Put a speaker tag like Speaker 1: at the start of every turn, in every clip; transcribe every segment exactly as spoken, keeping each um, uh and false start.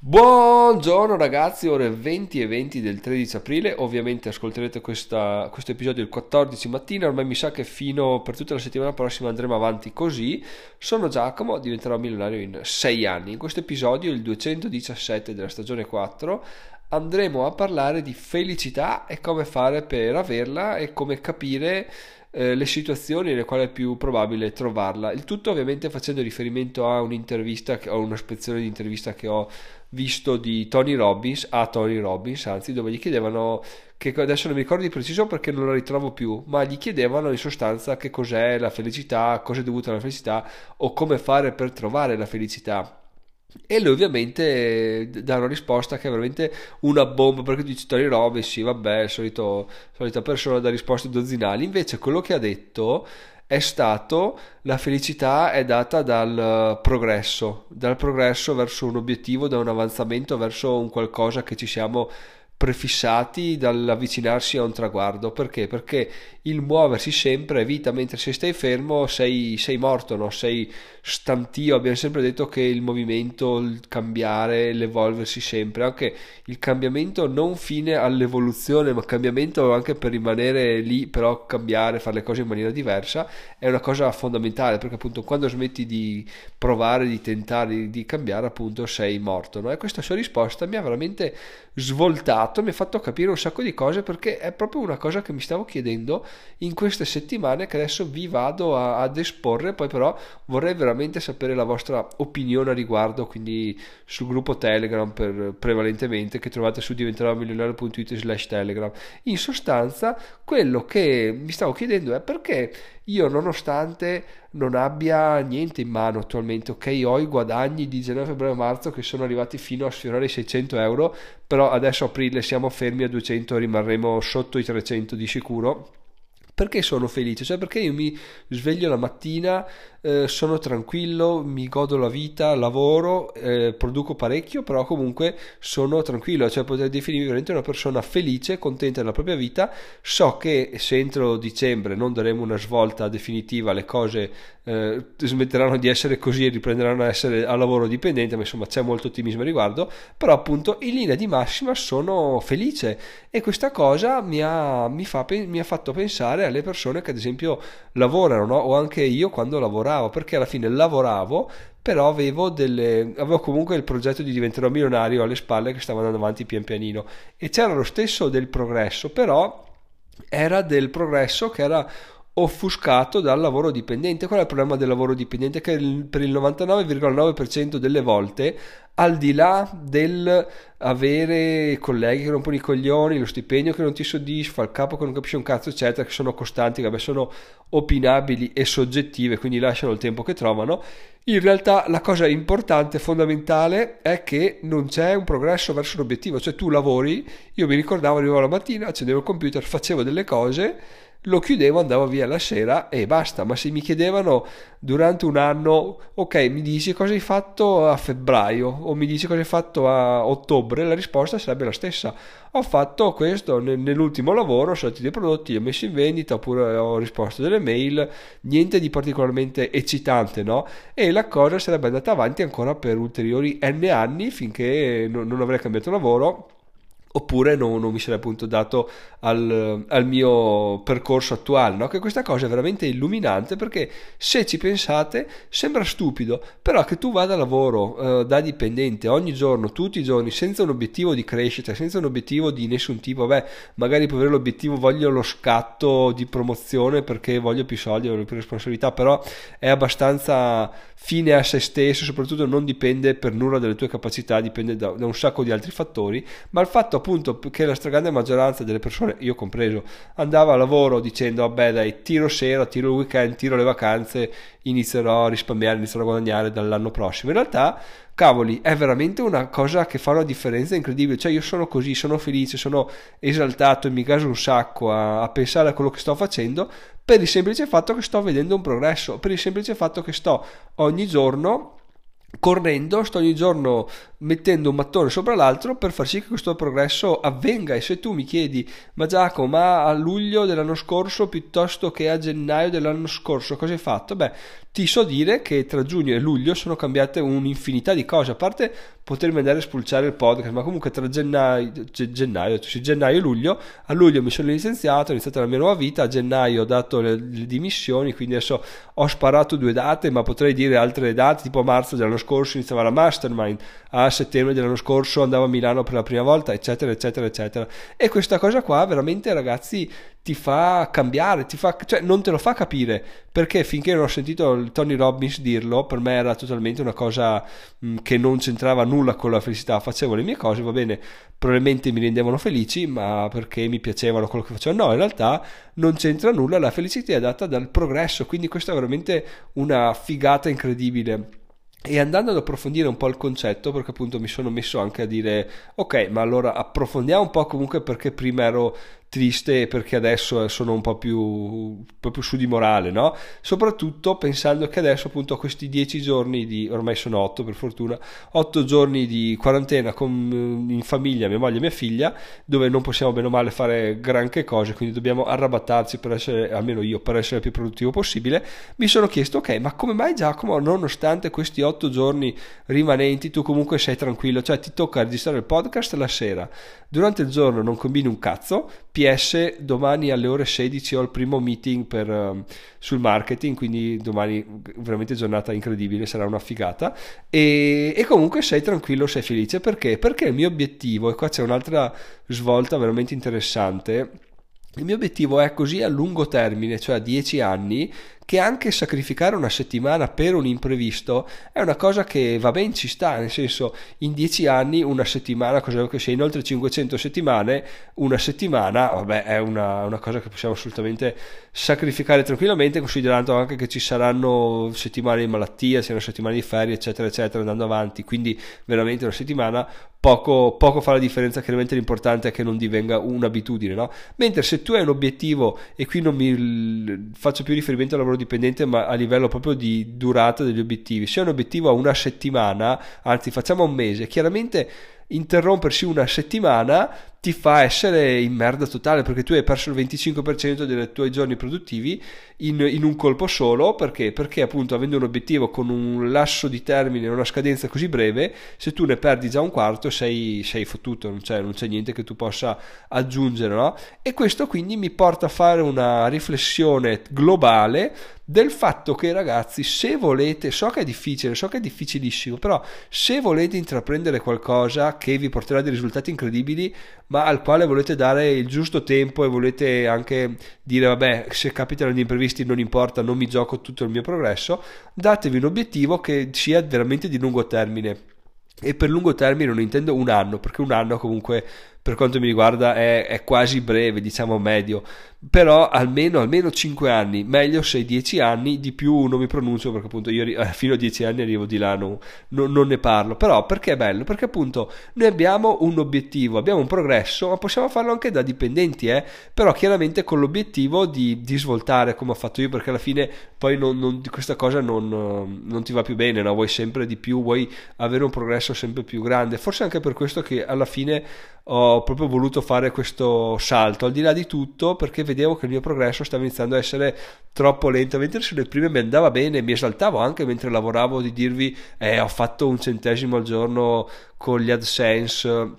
Speaker 1: Buongiorno ragazzi, ore venti e venti del tredici aprile. Ovviamente ascolterete questa- questo episodio il quattordici mattina. Ormai mi sa che fino per tutta la settimana prossima andremo avanti così. Sono Giacomo, diventerò milionario in sei anni. In questo episodio, il duecentodiciassette della stagione quattro, andremo a parlare di felicità e come fare per averla e come capire eh, le situazioni nelle quali è più probabile trovarla. Il tutto ovviamente facendo riferimento a un'intervista, che- a una spezzone di intervista che ho visto di Tony Robbins, a Tony Robbins, anzi, dove gli chiedevano, che adesso non mi ricordo di preciso perché non la ritrovo più, ma gli chiedevano in sostanza che cos'è la felicità, cosa è dovuta alla felicità o come fare per trovare la felicità. E lui ovviamente eh, dà una risposta che è veramente una bomba, perché dice Tony Robbins, sì vabbè, il solito, solita persona da risposte dozzinali. Invece quello che ha detto è stato: la felicità è data dal progresso, dal progresso verso un obiettivo, da un avanzamento verso un qualcosa che ci siamo prefissati, dall'avvicinarsi a un traguardo. Perché? Perché il muoversi sempre è vita, mentre se stai fermo sei, sei morto, no? Sei stantio. Abbiamo sempre detto che il movimento, il cambiare, l'evolversi sempre, anche il cambiamento non fine all'evoluzione, ma cambiamento anche per rimanere lì, però cambiare, fare le cose in maniera diversa, è una cosa fondamentale, perché appunto quando smetti di provare, di tentare di, di cambiare, appunto sei morto, no? E questa sua risposta mi ha veramente svoltato, mi ha fatto capire un sacco di cose, perché è proprio una cosa che mi stavo chiedendo in queste settimane, che adesso vi vado a, ad esporre. Poi però vorrei veramente sapere la vostra opinione a riguardo, quindi sul gruppo Telegram, per, prevalentemente, che trovate su diventeròmilionario punto it slash telegram. In sostanza, quello che mi stavo chiedendo è perché io, nonostante non abbia niente in mano attualmente, ok, ho i guadagni di gennaio, febbraio e marzo che sono arrivati fino a sfiorare i seicento euro, però adesso a aprile siamo fermi a duecento, rimarremo sotto i trecento di sicuro. Perché sono felice? Cioè, perché io mi sveglio la mattina, eh, sono tranquillo, mi godo la vita, lavoro, eh, produco parecchio, però comunque sono tranquillo. Cioè, potrei definirmi veramente una persona felice, contenta della propria vita. So che se entro dicembre non daremo una svolta definitiva, le cose eh, smetteranno di essere così e riprenderanno a essere a lavoro dipendente, ma insomma c'è molto ottimismo a riguardo. Però appunto in linea di massima sono felice, e questa cosa mi ha, mi fa, mi ha fatto pensare alle persone che ad esempio lavorano, no? O anche io quando lavoravo, perché alla fine lavoravo, però avevo delle avevo comunque il progetto di diventerò milionario alle spalle, che stava andando avanti pian pianino, e c'era lo stesso del progresso, però era del progresso che era offuscato dal lavoro dipendente. Qual è il problema del lavoro dipendente? Che il- per il novantanove virgola nove per cento delle volte, al di là del avere colleghi che rompono i coglioni, lo stipendio che non ti soddisfa, il capo che non capisce un cazzo, eccetera, che sono costanti, che vabbè, sono opinabili e soggettive, quindi lasciano il tempo che trovano, in realtà la cosa importante, fondamentale, è che non c'è un progresso verso l'obiettivo. Cioè tu lavori, io mi ricordavo, arrivavo la mattina, accendevo il computer, facevo delle cose, lo chiudevo, andavo via la sera e basta. Ma se mi chiedevano durante un anno, ok, mi dici cosa hai fatto a febbraio o mi dici cosa hai fatto a ottobre, la risposta sarebbe la stessa: ho fatto questo nel- nell'ultimo lavoro, sono stati dei prodotti, li ho messi in vendita, oppure ho risposto delle mail. Niente di particolarmente eccitante, no? E la cosa sarebbe andata avanti ancora per ulteriori n anni, finché non, non avrei cambiato lavoro, oppure non, non mi sarei appunto dato al, al mio percorso attuale, no? Che questa cosa è veramente illuminante, perché se ci pensate sembra stupido, però che tu vada a lavoro eh, da dipendente ogni giorno, tutti i giorni, senza un obiettivo di crescita, senza un obiettivo di nessun tipo. Beh, magari per avere l'obiettivo voglio lo scatto di promozione perché voglio più soldi, voglio più responsabilità, però è abbastanza fine a se stesso, soprattutto non dipende per nulla dalle tue capacità, dipende da, da un sacco di altri fattori. Ma il fatto appunto che la stragrande maggioranza delle persone, io compreso, andava a lavoro dicendo vabbè dai, tiro sera, tiro il weekend, tiro le vacanze, inizierò a risparmiare, inizierò a guadagnare dall'anno prossimo. In realtà, cavoli, è veramente una cosa che fa una differenza incredibile. Cioè io sono così, sono felice, sono esaltato e mi gaso un sacco a, a pensare a quello che sto facendo, per il semplice fatto che sto vedendo un progresso, per il semplice fatto che sto ogni giorno correndo, sto ogni giorno mettendo un mattone sopra l'altro per far sì che questo progresso avvenga. E se tu mi chiedi: ma Giacomo, ma a luglio dell'anno scorso piuttosto che a gennaio dell'anno scorso cosa hai fatto? Beh, ti so dire che tra giugno e luglio sono cambiate un'infinità di cose, a parte potermi andare a spulciare il podcast, ma comunque tra gennaio, ge- gennaio, cioè gennaio e luglio, a luglio mi sono licenziato, ho iniziato la mia nuova vita, a gennaio ho dato le, le dimissioni, quindi adesso ho sparato due date, ma potrei dire altre date, tipo a marzo dell'anno scorso iniziava la mastermind, a settembre dell'anno scorso andavo a Milano per la prima volta, eccetera, eccetera, eccetera. E questa cosa qua veramente, ragazzi, ti fa cambiare, ti fa, cioè non te lo fa capire, perché finché non ho sentito Tony Robbins dirlo, per me era totalmente una cosa mh, che non c'entrava nulla con la felicità. Facevo le mie cose, va bene, probabilmente mi rendevano felici, ma perché mi piacevano quello che facevo. No, in realtà non c'entra nulla, la felicità è data dal progresso, quindi questa è veramente una figata incredibile. E andando ad approfondire un po' il concetto, perché appunto mi sono messo anche a dire ok, ma allora approfondiamo un po' comunque, perché prima ero triste e perché adesso sono un po' più, un po' più su di morale, no? Soprattutto pensando che adesso appunto ho questi dieci giorni di, ormai sono otto per fortuna, otto giorni di quarantena con, in famiglia, mia moglie e mia figlia, dove non possiamo bene o male fare granché cose, quindi dobbiamo arrabattarci per essere, almeno io, per essere il più produttivo possibile. Mi sono chiesto ok, ma come mai, Giacomo, nonostante questi otto giorni rimanenti, tu comunque sei tranquillo, cioè ti tocca registrare il podcast la sera, durante il giorno non combini un cazzo. P S, domani alle ore sedici ho il primo meeting per, um, sul marketing, quindi domani veramente giornata incredibile, sarà una figata, e, e comunque sei tranquillo, sei felice. Perché? Perché il mio obiettivo, e qua c'è un'altra svolta veramente interessante, il mio obiettivo è così a lungo termine, cioè a dieci anni, che anche sacrificare una settimana per un imprevisto è una cosa che va ben, ci sta, nel senso, in dieci anni una settimana, cosa che sia, in oltre cinquecento settimane, una settimana, vabbè, è una, una cosa che possiamo assolutamente sacrificare tranquillamente, considerando anche che ci saranno settimane di malattia, saranno settimane di ferie, eccetera, eccetera, andando avanti, quindi veramente una settimana poco, poco fa la differenza. Chiaramente l'importante è che non divenga un'abitudine, no? Mentre se tu hai un obiettivo, e qui non mi faccio più riferimento al lavoro dipendente, ma a livello proprio di durata degli obiettivi, se hai un obiettivo a una settimana, anzi facciamo un mese, chiaramente interrompersi una settimana ti fa essere in merda totale, perché tu hai perso il venticinque per cento dei tuoi giorni produttivi in, in un colpo solo. Perché? Perché appunto, avendo un obiettivo con un lasso di termine, una scadenza così breve, se tu ne perdi già un quarto sei, sei fottuto, non c'è, non c'è niente che tu possa aggiungere, no? E questo quindi mi porta a fare una riflessione globale del fatto che, ragazzi, se volete, so che è difficile, so che è difficilissimo, però se volete intraprendere qualcosa che vi porterà dei risultati incredibili, ma al quale volete dare il giusto tempo e volete anche dire vabbè, se capitano gli imprevisti non importa, non mi gioco tutto il mio progresso, datevi un obiettivo che sia veramente di lungo termine. E per lungo termine non intendo un anno, perché un anno comunque per quanto mi riguarda è, è quasi breve, diciamo medio, però almeno, almeno cinque anni, meglio se dieci anni, di più non mi pronuncio, perché appunto io fino a dieci anni arrivo di là, non, non, non ne parlo. Però perché è bello? Perché appunto noi abbiamo un obiettivo, abbiamo un progresso, ma possiamo farlo anche da dipendenti, eh? Però chiaramente con l'obiettivo di, di svoltare, come ho fatto io, perché alla fine poi non, non, questa cosa non, non ti va più bene, no? Vuoi sempre di più, vuoi avere un progresso sempre più grande. Forse anche per questo che alla fine ho proprio voluto fare questo salto, al di là di tutto, perché vedevo che il mio progresso stava iniziando a essere troppo lento. Mentre sulle prime mi andava bene, mi esaltavo anche mentre lavoravo di dirvi eh, ho fatto un centesimo al giorno con gli AdSense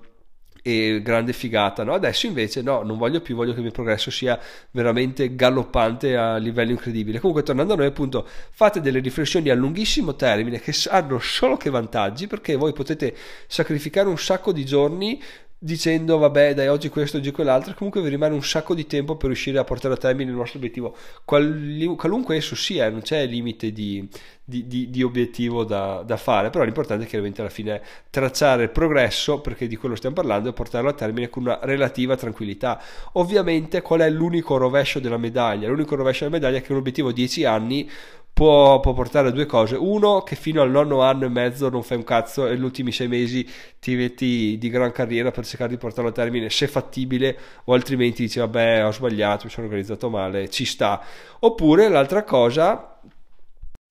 Speaker 1: e grande figata, no? Adesso invece no, non voglio più, voglio che il mio progresso sia veramente galoppante a livello incredibile. Comunque, tornando a noi, appunto, fate delle riflessioni a lunghissimo termine che hanno solo che vantaggi, perché voi potete sacrificare un sacco di giorni dicendo vabbè dai, oggi questo, oggi quell'altro, comunque vi rimane un sacco di tempo per riuscire a portare a termine il nostro obiettivo, Quali, qualunque esso sia, non c'è limite di, di, di, di obiettivo da, da fare. Però l'importante è chiaramente alla fine tracciare il progresso, perché di quello stiamo parlando, e portarlo a termine con una relativa tranquillità. Ovviamente qual è l'unico rovescio della medaglia? L'unico rovescio della medaglia è che un obiettivo a dieci anni Può, può portare a due cose: uno, che fino al nono anno e mezzo non fai un cazzo e gli ultimi sei mesi ti metti di gran carriera per cercare di portarlo a termine se fattibile, o altrimenti dici vabbè, ho sbagliato, mi sono organizzato male, ci sta. Oppure l'altra cosa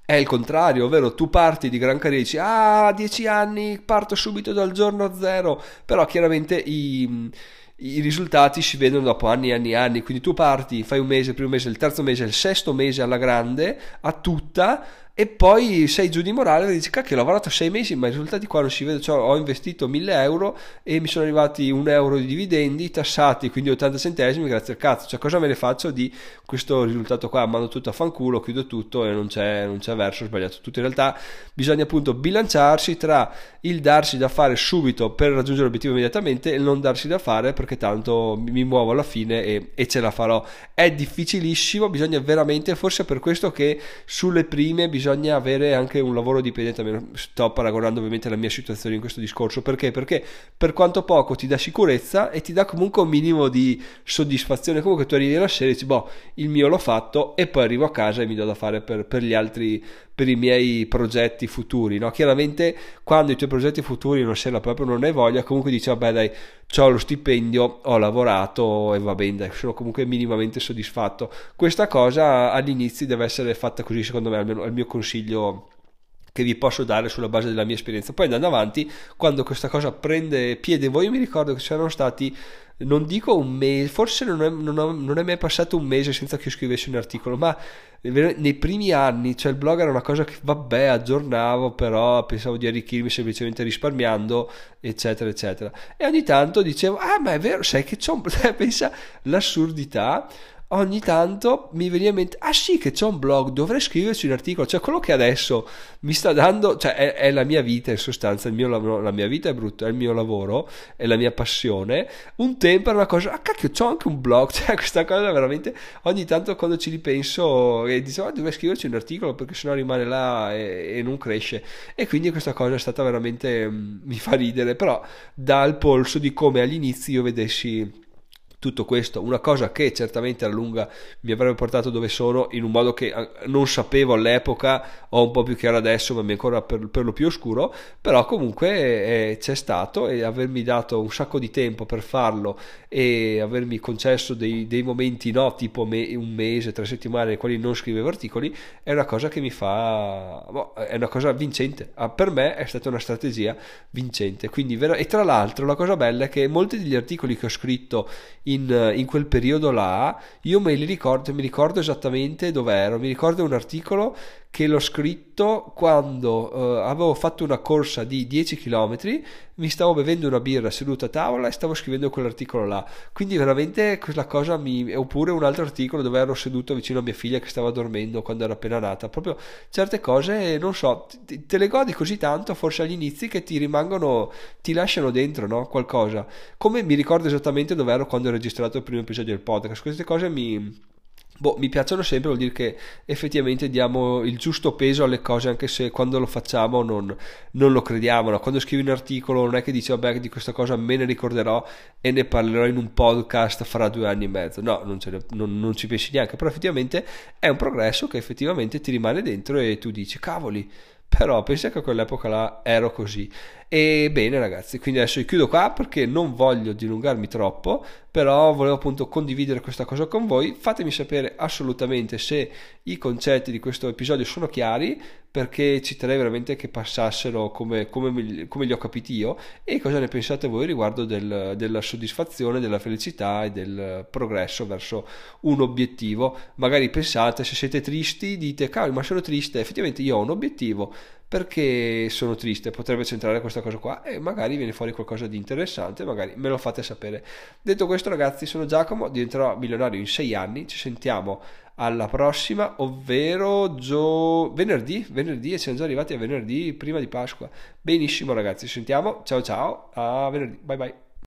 Speaker 1: è il contrario, ovvero tu parti di gran carica e dici ah, dieci anni, parto subito dal giorno zero, però chiaramente i, i risultati si vedono dopo anni e anni e anni, quindi tu parti, fai un mese, il primo mese, il terzo mese, il sesto mese alla grande, a tutta, e poi sei giù di morale e dici cacchio, ho lavorato sei mesi ma i risultati qua non si vedono, cioè, ho investito mille euro e mi sono arrivati un euro di dividendi tassati, quindi ottanta centesimi, grazie al cazzo, cioè cosa me ne faccio di questo risultato qua? Mando tutto a fanculo, chiudo tutto e non c'è, non c'è verso, ho sbagliato tutto. In realtà bisogna appunto bilanciarsi tra il darsi da fare subito per raggiungere l'obiettivo immediatamente e il non darsi da fare perché tanto mi muovo alla fine e, e ce la farò. È difficilissimo, bisogna veramente, forse è per questo che sulle prime bisogna bisogna avere anche un lavoro dipendente. Sto paragonando ovviamente la mia situazione in questo discorso, perché? Perché per quanto poco ti dà sicurezza e ti dà comunque un minimo di soddisfazione, comunque tu arrivi alla sera e dici boh, il mio l'ho fatto, e poi arrivo a casa e mi do da fare per, per gli altri, per i miei progetti futuri, no? Chiaramente quando i tuoi progetti futuri non sei là proprio, non hai voglia, comunque dici vabbè dai, c'ho lo stipendio, ho lavorato e va bene, dai, sono comunque minimamente soddisfatto. Questa cosa all'inizio deve essere fatta così, secondo me, almeno è il mio consiglio che vi posso dare sulla base della mia esperienza. Poi andando avanti, quando questa cosa prende piede, voi mi ricordo che c'erano stati, non dico un mese, forse non è, non, ho, non è mai passato un mese senza che io scrivessi un articolo, ma nei primi anni, cioè il blog era una cosa che vabbè aggiornavo, però pensavo di arricchirmi semplicemente risparmiando, eccetera eccetera, e ogni tanto dicevo ah ma è vero, sai che c'ho un... pensa l'assurdità, ogni tanto mi veniva in mente ah sì che c'è un blog, dovrei scriverci un articolo, cioè quello che adesso mi sta dando, cioè è, è la mia vita in sostanza, il mio lavoro, la mia vita è brutta, è il mio lavoro, è la mia passione. Un tempo era una cosa, ah cacchio c'ho anche un blog, cioè questa cosa veramente ogni tanto quando ci ripenso e dicevo ah, dovrei scriverci un articolo perché sennò rimane là e, e non cresce, e quindi questa cosa è stata veramente, mi fa ridere, però dà il polso di come all'inizio io vedessi tutto questo, una cosa che certamente alla lunga mi avrebbe portato dove sono in un modo che non sapevo all'epoca, ho un po' più chiaro adesso ma mi è ancora per, per lo più oscuro, però comunque eh, c'è stato, e avermi dato un sacco di tempo per farlo e avermi concesso dei, dei momenti no tipo me, un mese, tre settimane nei quali non scrivevo articoli, è una cosa che mi fa boh, è una cosa vincente, ah, per me è stata una strategia vincente, quindi vera... e tra l'altro la cosa bella è che molti degli articoli che ho scritto In, in quel periodo là io me li ricordo, mi ricordo esattamente dove ero, mi ricordo un articolo che l'ho scritto quando eh, avevo fatto una corsa di dieci chilometri, mi stavo bevendo una birra seduto a tavola e stavo scrivendo quell'articolo là, quindi veramente quella cosa mi... oppure un altro articolo dove ero seduto vicino a mia figlia che stava dormendo quando era appena nata, proprio certe cose non so, te, te le godi così tanto forse agli inizi che ti rimangono, ti lasciano dentro, no? Qualcosa, come mi ricordo esattamente dove ero quando ho registrato il primo episodio del podcast. Queste cose mi Boh, mi piacciono sempre, vuol dire che effettivamente diamo il giusto peso alle cose anche se quando lo facciamo non, non lo crediamo, no? Quando scrivi un articolo non è che dici vabbè di questa cosa me ne ricorderò e ne parlerò in un podcast fra due anni e mezzo, no, non, ce ne, non, non ci pensi neanche, però effettivamente è un progresso che effettivamente ti rimane dentro e tu dici cavoli, però pensa che a quell'epoca là ero così. E bene ragazzi, quindi adesso io chiudo qua perché non voglio dilungarmi troppo, però volevo appunto condividere questa cosa con voi. Fatemi sapere assolutamente se i concetti di questo episodio sono chiari, perché ci terrei veramente che passassero come, come, come li ho capiti io, e cosa ne pensate voi riguardo del, della soddisfazione, della felicità e del progresso verso un obiettivo. Magari pensate, se siete tristi dite cavolo ma sono triste, effettivamente io ho un obiettivo, perché sono triste, potrebbe centrare questa cosa qua e magari viene fuori qualcosa di interessante, magari me lo fate sapere. Detto questo ragazzi, sono Giacomo, diventerò milionario in sei anni, ci sentiamo alla prossima, ovvero gio... venerdì, venerdì, e siamo già arrivati a venerdì prima di Pasqua. Benissimo ragazzi, ci sentiamo, ciao ciao, a venerdì, bye bye.